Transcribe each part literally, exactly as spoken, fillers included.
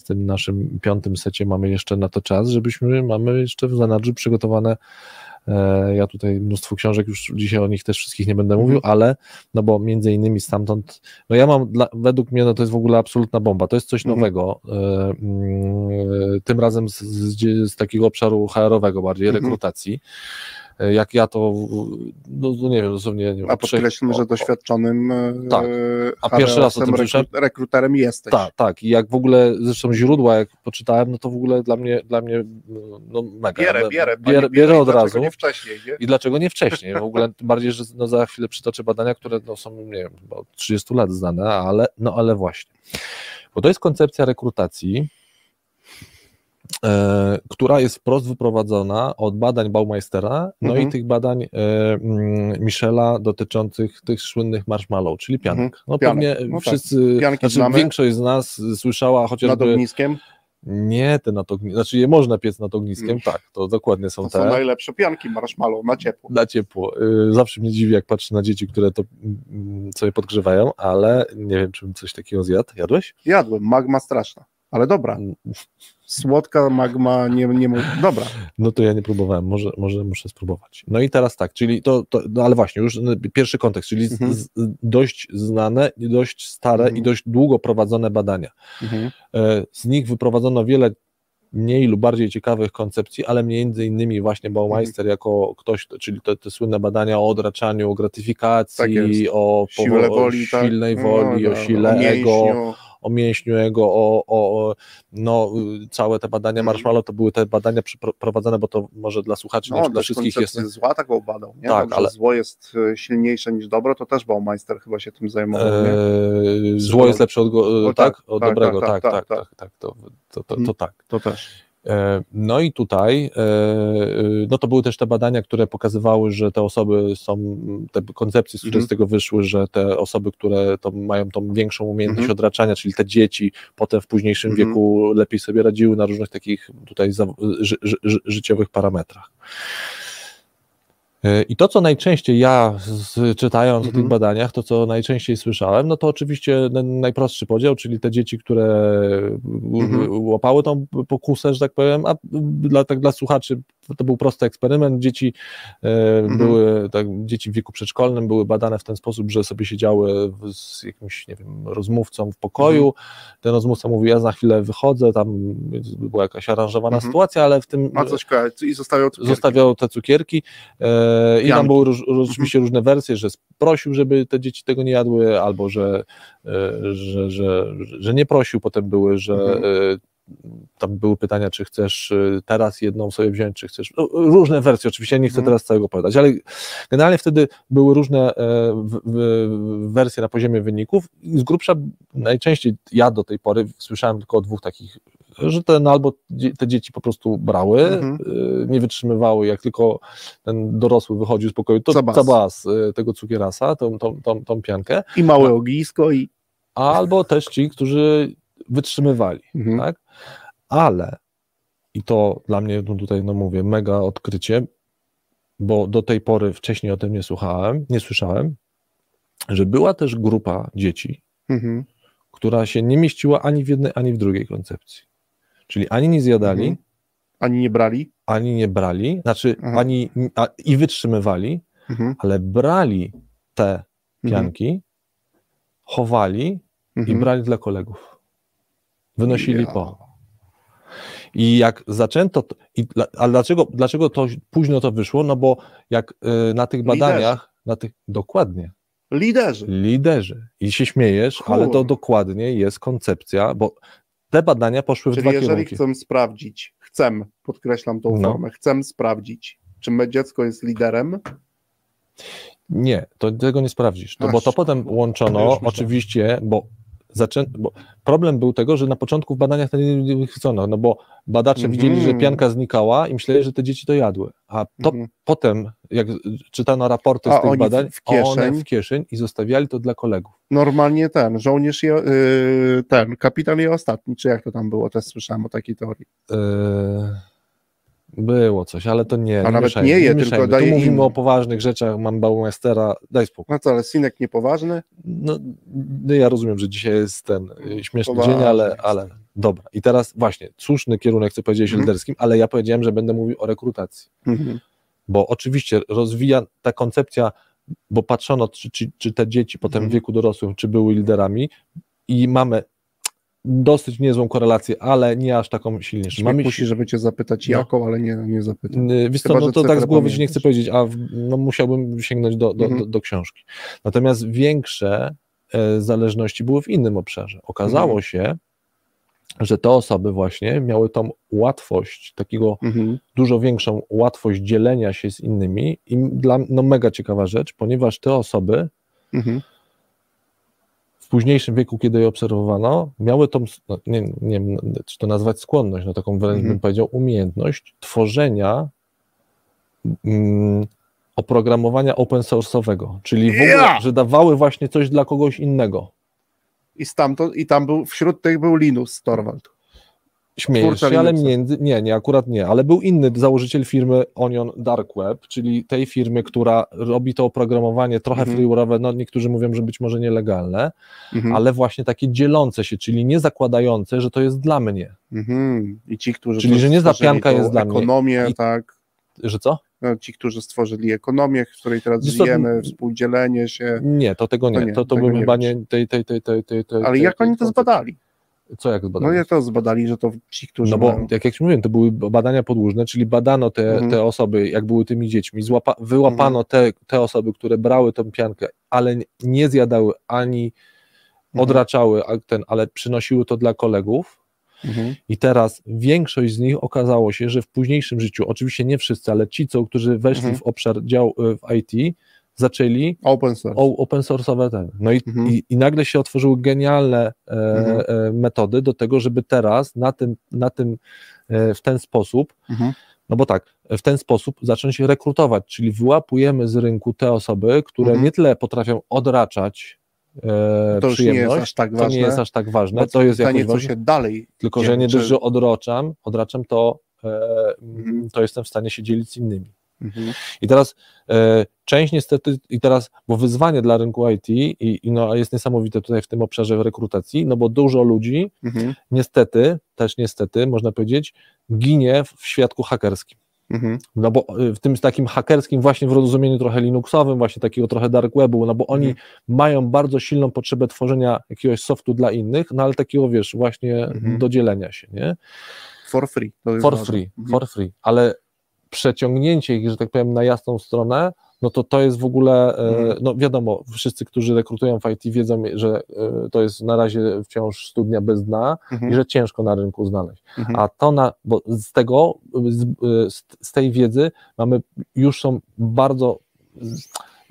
tym naszym piątym secie mamy jeszcze na to czas, żebyśmy, mamy jeszcze w zanadrzu przygotowane, e, ja tutaj mnóstwo książek, już dzisiaj o nich też wszystkich nie będę mówił, ale, no bo między innymi stamtąd, no ja mam, dla, według mnie, no to jest w ogóle absolutna bomba, to jest coś Mhm. nowego, e, mm, tym razem z, z, z takiego obszaru H R-owego bardziej, Mhm. rekrutacji. Jak ja to, no, no nie wiem, dosłownie... Nie wiem, a podkreślmy, że doświadczonym tak. A pierwszy raz o tym słyszałem. Rekruterem jesteś. Tak, tak. I jak w ogóle, zresztą źródła, jak poczytałem, no to w ogóle dla mnie, dla mnie no mega. Bierę, bierę. Bierę, bierę od dlaczego razu. nie wcześniej, nie? I dlaczego nie wcześniej? W ogóle, tym bardziej, że no za chwilę przytoczę badania, które no, są, nie wiem, od trzydziestu lat znane, ale, no ale właśnie. Bo to jest koncepcja rekrutacji, E, która jest wprost wyprowadzona od badań Baumeistera, no mhm. i tych badań e, mm, Michela dotyczących tych słynnych marshmallow, czyli pianek. Mhm. No Pianek. pewnie No wszyscy, tak. znaczy większość z nas słyszała chociażby... Nad ogniskiem? Nie, te nad ogniskiem, znaczy je można piec nad ogniskiem, mm. tak, to dokładnie są to te. To są najlepsze pianki marshmallow, na ciepło. Na ciepło. Zawsze mnie dziwi, jak patrzę na dzieci, które to sobie podgrzewają, ale nie wiem, czy bym coś takiego zjadł. Jadłeś? Jadłem, magma straszna, ale dobra. Słodka magma, nie, nie dobra. No to ja nie próbowałem, może, może muszę spróbować. No i teraz tak, czyli to, to no ale właśnie, już pierwszy kontekst, czyli mhm. z, dość znane, dość stare mhm. i dość długo prowadzone badania. Mhm. Z nich wyprowadzono wiele mniej lub bardziej ciekawych koncepcji, ale między innymi właśnie Baumeister mhm. jako ktoś, czyli te, te słynne badania o odraczaniu, o gratyfikacji, tak o, Siłę woli, o silnej tak. woli, no, o sile o ego, o mięśniu jego, o, o no całe te badania Marshmallow to były te badania prowadzone, bo to może dla słuchaczy, no, nie dla wszystkich jest... zła tak badał, nie? Tak, Dobrze, ale... zło jest silniejsze niż dobro, to też Baumeister chyba się tym zajmował, nie? Eee, zło jest lepsze od, go... o, tak? tak, od tak, dobrego, tak, tak, tak, tak, tak, tak, tak, to, to, to, to tak. To też. No i tutaj, no to były też te badania, które pokazywały, że te osoby są, te koncepcje, które mm. z tego wyszły, że te osoby, które to mają tą większą umiejętność mm. odraczania, czyli te dzieci potem w późniejszym mm. wieku lepiej sobie radziły na różnych takich tutaj ży, ży, ży, życiowych parametrach. I to, co najczęściej ja, z, czytając mm-hmm. o tych badaniach, to, co najczęściej słyszałem, no to oczywiście najprostszy podział, czyli te dzieci, które mm-hmm. łapały tą pokusę, że tak powiem, a dla, tak dla słuchaczy to był prosty eksperyment. Dzieci e, mm-hmm. były, tak, dzieci w wieku przedszkolnym były badane w ten sposób, że sobie siedziały z jakimś, nie wiem, rozmówcą w pokoju. Mm-hmm. Ten rozmówca mówi, ja za chwilę wychodzę, tam była jakaś aranżowana mm-hmm. sytuacja, ale w tym... Ma coś i zostawiał cukierki. Zostawiał te cukierki. E, I tam były róż, oczywiście mm-hmm. różne wersje, że prosił, żeby te dzieci tego nie jadły, albo że, e, że, że, że nie prosił. Potem były, że mm-hmm. e, tam były pytania, czy chcesz teraz jedną sobie wziąć, czy chcesz... Różne wersje, oczywiście nie chcę teraz całego opowiadać, ale generalnie wtedy były różne w, w, wersje na poziomie wyników i z grubsza najczęściej ja do tej pory słyszałem tylko o dwóch takich, że ten albo te dzieci po prostu brały, mhm. nie wytrzymywały, jak tylko ten dorosły wychodził z pokoju, to Zabas. zabas tego cukierasa, tą, tą, tą, tą piankę. I małe ognisko i... Albo też ci, którzy wytrzymywali, mhm. tak? Ale, i to dla mnie, no tutaj no mówię, mega odkrycie, bo do tej pory wcześniej o tym nie słuchałem, nie słyszałem, że była też grupa dzieci, mhm. która się nie mieściła ani w jednej, ani w drugiej koncepcji. Czyli ani nie zjadali, mhm. ani nie brali, ani nie brali, znaczy mhm. ani a, i wytrzymywali, mhm. ale brali te pianki, mhm. chowali mhm. i brali dla kolegów. Wynosili ja. po. I jak zaczęto, to, i, a dlaczego, dlaczego to późno to wyszło? No bo jak y, na tych badaniach, liderzy. na tych, dokładnie. Liderzy. Liderzy. I się śmiejesz, Kur. ale to dokładnie jest koncepcja, bo te badania poszły Czyli w dwa jeżeli kierunki. chcę sprawdzić, chcę, podkreślam tą no. formę, chcę sprawdzić, czy me dziecko jest liderem? Nie, to tego nie sprawdzisz, to, bo to potem łączono, oczywiście, bo Zaczę... Bo problem był tego, że na początku w badaniach to nie wychwycono, no bo badacze mm-hmm. widzieli, że pianka znikała i myśleli, że te dzieci to jadły, a to mm-hmm. potem, jak czytano raporty a z tych badań, w kieszeń. one w kieszeń i zostawiali to dla kolegów. Normalnie ten, żołnierz, je, yy, ten, kapitan je ostatni, czy jak to tam było, też słyszałem o takiej teorii. Yy... Było coś, ale to nie. A nie nawet mieszajmy, nie je, nie tylko tu daje mówimy im. o poważnych rzeczach, mam Baumeistera, daj spokój. No co, ale synek niepoważny? No, no ja rozumiem, że dzisiaj jest ten śmieszny Poważny. dzień, ale, ale dobra. I teraz właśnie, słuszny kierunek, co powiedziałeś Mhm. liderskim, ale ja powiedziałem, że będę mówił o rekrutacji. Mhm. Bo oczywiście rozwija ta koncepcja, bo patrzono, czy, czy, czy te dzieci potem Mhm. w wieku dorosłym, czy były liderami i mamy dosyć niezłą korelację, ale nie aż taką silniejszą. Mamy Mamy musi, żeby cię zapytać No. jaką, ale nie, nie zapytam. Wiesz co, Chyba, no że to tak cyfrę z głowy ci nie pamiętasz. chcę powiedzieć, a w, no musiałbym sięgnąć do, do, Mhm. do, do książki. Natomiast większe e, zależności były w innym obszarze. Okazało Mhm. się, że te osoby właśnie miały tą łatwość, takiego Mhm. dużo większą łatwość dzielenia się z innymi i dla no mega ciekawa rzecz, ponieważ te osoby Mhm. w późniejszym wieku, kiedy je obserwowano, miały tą, no, nie, nie wiem, czy to nazwać skłonność, no taką wręcz Mhm. bym powiedział umiejętność tworzenia mm, oprogramowania open source'owego, czyli w ogóle, Ja! że dawały właśnie coś dla kogoś innego. I stamtąd, i tam był, wśród tych był Linus Torvald. Śmiejesz Twórca się, ale Linuxa. między, nie, nie, akurat nie, ale był inny założyciel firmy Onion Dark Web, czyli tej firmy, która robi to oprogramowanie trochę Mhm. freeware'owe, no niektórzy mówią, że być może nielegalne, Mhm. ale właśnie takie dzielące się, czyli nie zakładające, że to jest dla mnie. Mhm. I ci, którzy Czyli, to że nie stworzyli zapianka tą jest dla mnie. ekonomię, I- tak. Że co? No, ci, którzy stworzyli ekonomię, w której teraz Wiesz co, żyjemy, współdzielenie się. Nie, to tego nie, To nie, to, to tego bym nie chyba wiesz. nie, tej, tej, tej, tej, tej, tej Ale tej, jak tej oni to koncepcji. zbadali? Co jak No zbadali? jak to zbadali, że to ci, którzy No bo, mają... jak, jak ci mówiłem, to były badania podłużne, czyli badano te, Mhm. te osoby, jak były tymi dziećmi, złapa, wyłapano te, te osoby, które brały tę piankę, ale nie- nie zjadały ani Mhm. odraczały, a ten, ale przynosiły to dla kolegów. Mhm. I teraz większość z nich okazało się, że w późniejszym życiu, oczywiście nie wszyscy, ale ci, co, którzy weszli Mhm. w obszar dział y, w I T, zaczęli Open source. o, open source'owe ten. No i, Mhm. i, i nagle się otworzyły genialne e, Mhm. e, metody do tego, żeby teraz na tym, na tym e, w ten sposób, Mhm. no bo tak, w ten sposób zacząć rekrutować, czyli wyłapujemy z rynku te osoby, które Mhm. nie tyle potrafią odraczać e, To już nie jest przyjemność, aż tak to ważne. nie jest aż tak ważne, Bo to jest pytanie, jakoś co ważne, się dalej tylko dzieje, że nie czy- dość, że odraczam, odraczam to, e, Mhm. to jestem w stanie się dzielić z innymi. Mhm. I teraz e, część niestety, i teraz, bo wyzwanie dla rynku I T i, i no, jest niesamowite tutaj w tym obszarze w rekrutacji, no bo dużo ludzi Mhm. niestety, też niestety, można powiedzieć, ginie w, w świadku hakerskim. Mhm. No bo y, w tym takim hakerskim właśnie w rozumieniu trochę linuxowym, właśnie takiego trochę dark webu, no bo oni Mhm. mają bardzo silną potrzebę tworzenia jakiegoś softu dla innych, no ale takiego, wiesz, właśnie Mhm. do dzielenia się, nie? For free. To jest For ważne. free, Mhm. for free, ale przeciągnięcie ich, że tak powiem, na jasną stronę, no to to jest w ogóle, e, Mhm. no wiadomo, wszyscy, którzy rekrutują w I T wiedzą, że e, to jest na razie wciąż studnia bez dna Mhm. i że ciężko na rynku znaleźć. Mhm. A to na, bo z tego, z, z, z tej wiedzy mamy, już są bardzo z,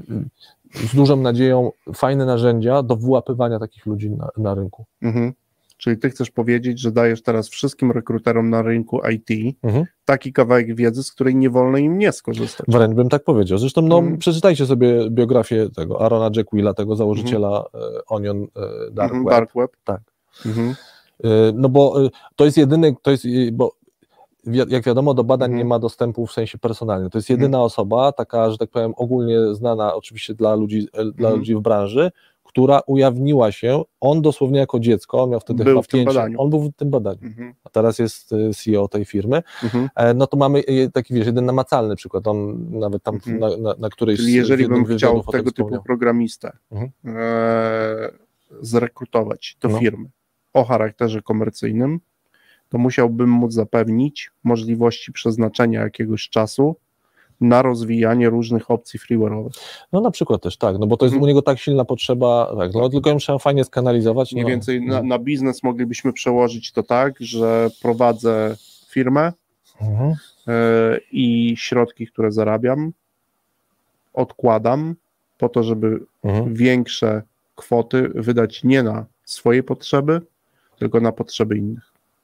z dużą nadzieją fajne narzędzia do wyłapywania takich ludzi na, na rynku. Mhm. Czyli ty chcesz powiedzieć, że dajesz teraz wszystkim rekruterom na rynku I T Mhm. taki kawałek wiedzy, z której nie wolno im nie skorzystać. Wręcz bym tak powiedział. Zresztą no, Mhm. przeczytajcie sobie biografię tego Aarona Jackwilla, tego założyciela e, Onion e, Dark Mhm. Web. Dark Web. Tak. Mhm. E, no bo e, to jest jedyny, to jest, e, bo wi- jak wiadomo, do badań Mhm. nie ma dostępu w sensie personalnym. To jest Mhm. jedyna osoba, taka, że tak powiem, ogólnie znana oczywiście dla ludzi, e, dla Mhm. ludzi w branży, która ujawniła się, on dosłownie jako dziecko, on miał wtedy Był chyba w tym pięć, badaniu. on był w tym badaniu, Mhm. a teraz jest e, C E O tej firmy. Mhm. E, No to mamy e, taki, wiesz, jeden namacalny przykład, on nawet tam Mhm. na, na, na którejś Czyli z jeżeli jednym bym z chciał wywiadów o tym tego typu wspomniał. programistę Mhm. e, zrekrutować do No. firmy o charakterze komercyjnym, to musiałbym móc zapewnić możliwości przeznaczenia jakiegoś czasu na rozwijanie różnych opcji freeware'owych. No na przykład też tak, no bo to jest Mhm. u niego tak silna potrzeba, tak, no tylko ją trzeba fajnie skanalizować. Mniej no. więcej na, na biznes moglibyśmy przełożyć to tak, że prowadzę firmę Mhm. e, i środki, które zarabiam, odkładam po to, żeby Mhm. większe kwoty wydać nie na swoje potrzeby, tylko na potrzeby innych.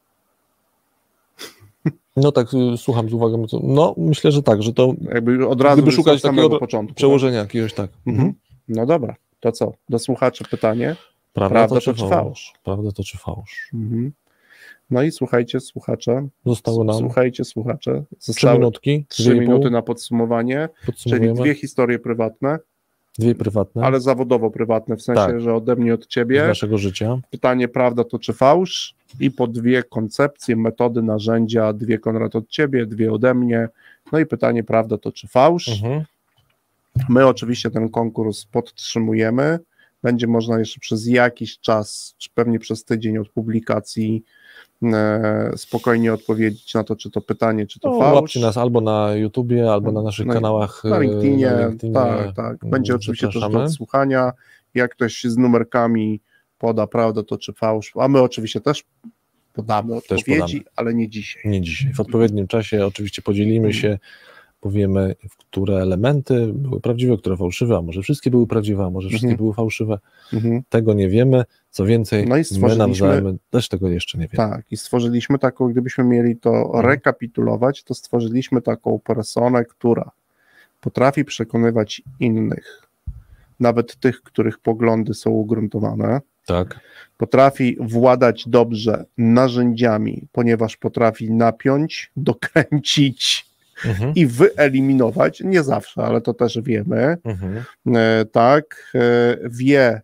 No tak, y, słucham z uwagą, co- no myślę, że tak, że to Jakby od razu gdyby jest szukać od samego takiego początku. przełożenia jakiegoś, tak. Tak? Mhm. No dobra, to co? Do słuchaczy pytanie. Prawda, Prawda to, to czy czy fałsz? fałsz? Prawda to czy fałsz? Mhm. No i słuchajcie, słuchacze. Zostały nam Słuchajcie, słuchacze. trzy Zostały minutki, trzy dwie i pół, minuty na podsumowanie, czyli podsumowujemy. dwie historie prywatne Dwie prywatne. Ale zawodowo prywatne, w sensie, tak. że ode mnie, od ciebie. Z naszego życia. Pytanie, prawda to czy fałsz? I po dwie koncepcje, metody, narzędzia, dwie Konrad od ciebie, dwie ode mnie. No i pytanie, prawda to czy fałsz? Mhm. My oczywiście ten konkurs podtrzymujemy. Będzie można jeszcze przez jakiś czas, czy pewnie przez tydzień od publikacji, e, spokojnie odpowiedzieć na to, czy to pytanie, czy to no, fałsz. Łapcie nas albo na YouTubie, albo na naszych na, kanałach. Na LinkedInie, na LinkedInie tak, tak. Będzie oczywiście też do odsłuchania. Jak ktoś z numerkami poda prawdę, to czy fałsz, a my oczywiście też podamy też odpowiedzi, podamy. Ale nie dzisiaj. Nie dzisiaj. W odpowiednim czasie oczywiście podzielimy hmm. się, powiemy, w które elementy były prawdziwe, które fałszywe, a może wszystkie były prawdziwe, a może wszystkie mhm. były fałszywe. Mhm. Tego nie wiemy. Co więcej, no i my nawzajem też tego jeszcze nie wiemy. Tak, i stworzyliśmy taką, gdybyśmy mieli to mhm. rekapitulować, to stworzyliśmy taką personę, która potrafi przekonywać innych, nawet tych, których poglądy są ugruntowane. Tak. Potrafi władać dobrze narzędziami, ponieważ potrafi napiąć, dokręcić, Mhm. i wyeliminować, nie zawsze, ale to też wiemy, mhm. e, tak, e, wie,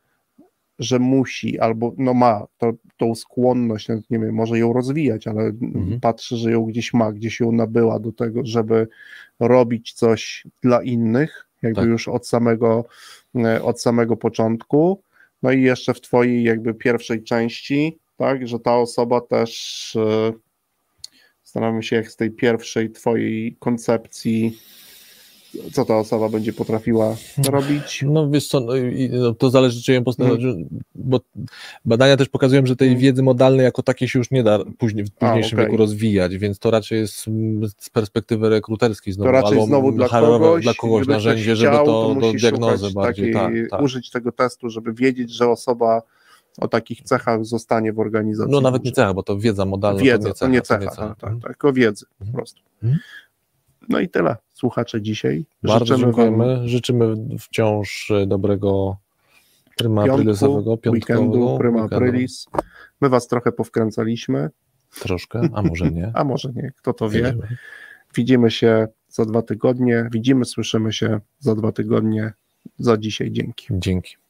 że musi, albo no ma to, tą skłonność, nie wiem, może ją rozwijać, ale mhm. patrzy, że ją gdzieś ma, gdzieś ją nabyła do tego, żeby robić coś dla innych, jakby tak. już od samego, e, od samego początku, no i jeszcze w twojej jakby pierwszej części, tak, że ta osoba też e, Staramy się, jak z tej pierwszej twojej koncepcji, co ta osoba będzie potrafiła robić? No wiesz co, no, no, to zależy, czy ją postawić, hmm. bo badania też pokazują, że tej wiedzy modalnej jako takiej się już nie da później, w późniejszym A, okay. wieku rozwijać, więc to raczej jest z perspektywy rekruterskiej znowu, to raczej albo znowu dla kogoś, dla kogoś żeby narzędzie, chciał, żeby to do diagnozy bardziej. Takiej, tak, tak. użyć tego testu, żeby wiedzieć, że osoba o takich cechach zostanie w organizacji. No nawet nie cecha, bo to wiedza modalna. Wiedza, to nie cecha. To nie cecha, to nie cecha. Tak, tak, tak, tylko wiedzy po prostu. Hmm? No i tyle, słuchacze, dzisiaj. Bardzo życzymy dziękujemy. wam Życzymy wciąż dobrego Prima piątku, Aprilisowego, weekendu, Prima Aprilis. My was trochę powkręcaliśmy. Troszkę, a może nie. A może nie, kto to wie. Widzimy. Widzimy się za dwa tygodnie. Widzimy, słyszymy się za dwa tygodnie. Za dzisiaj dzięki. Dzięki.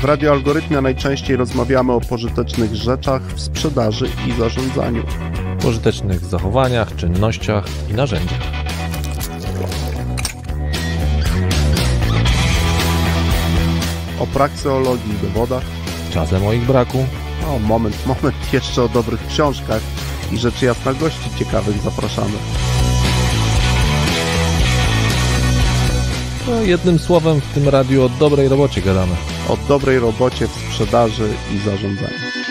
W Radio Algorytmia najczęściej rozmawiamy o pożytecznych rzeczach w sprzedaży i zarządzaniu. Pożytecznych zachowaniach, czynnościach i narzędziach. O prakseologii i dowodach. Czasem o ich braku. O, moment, moment, jeszcze o dobrych książkach i rzecz jasna gości ciekawych zapraszamy. No, jednym słowem w tym radiu o dobrej robocie gadamy. O dobrej robocie w sprzedaży i zarządzaniu.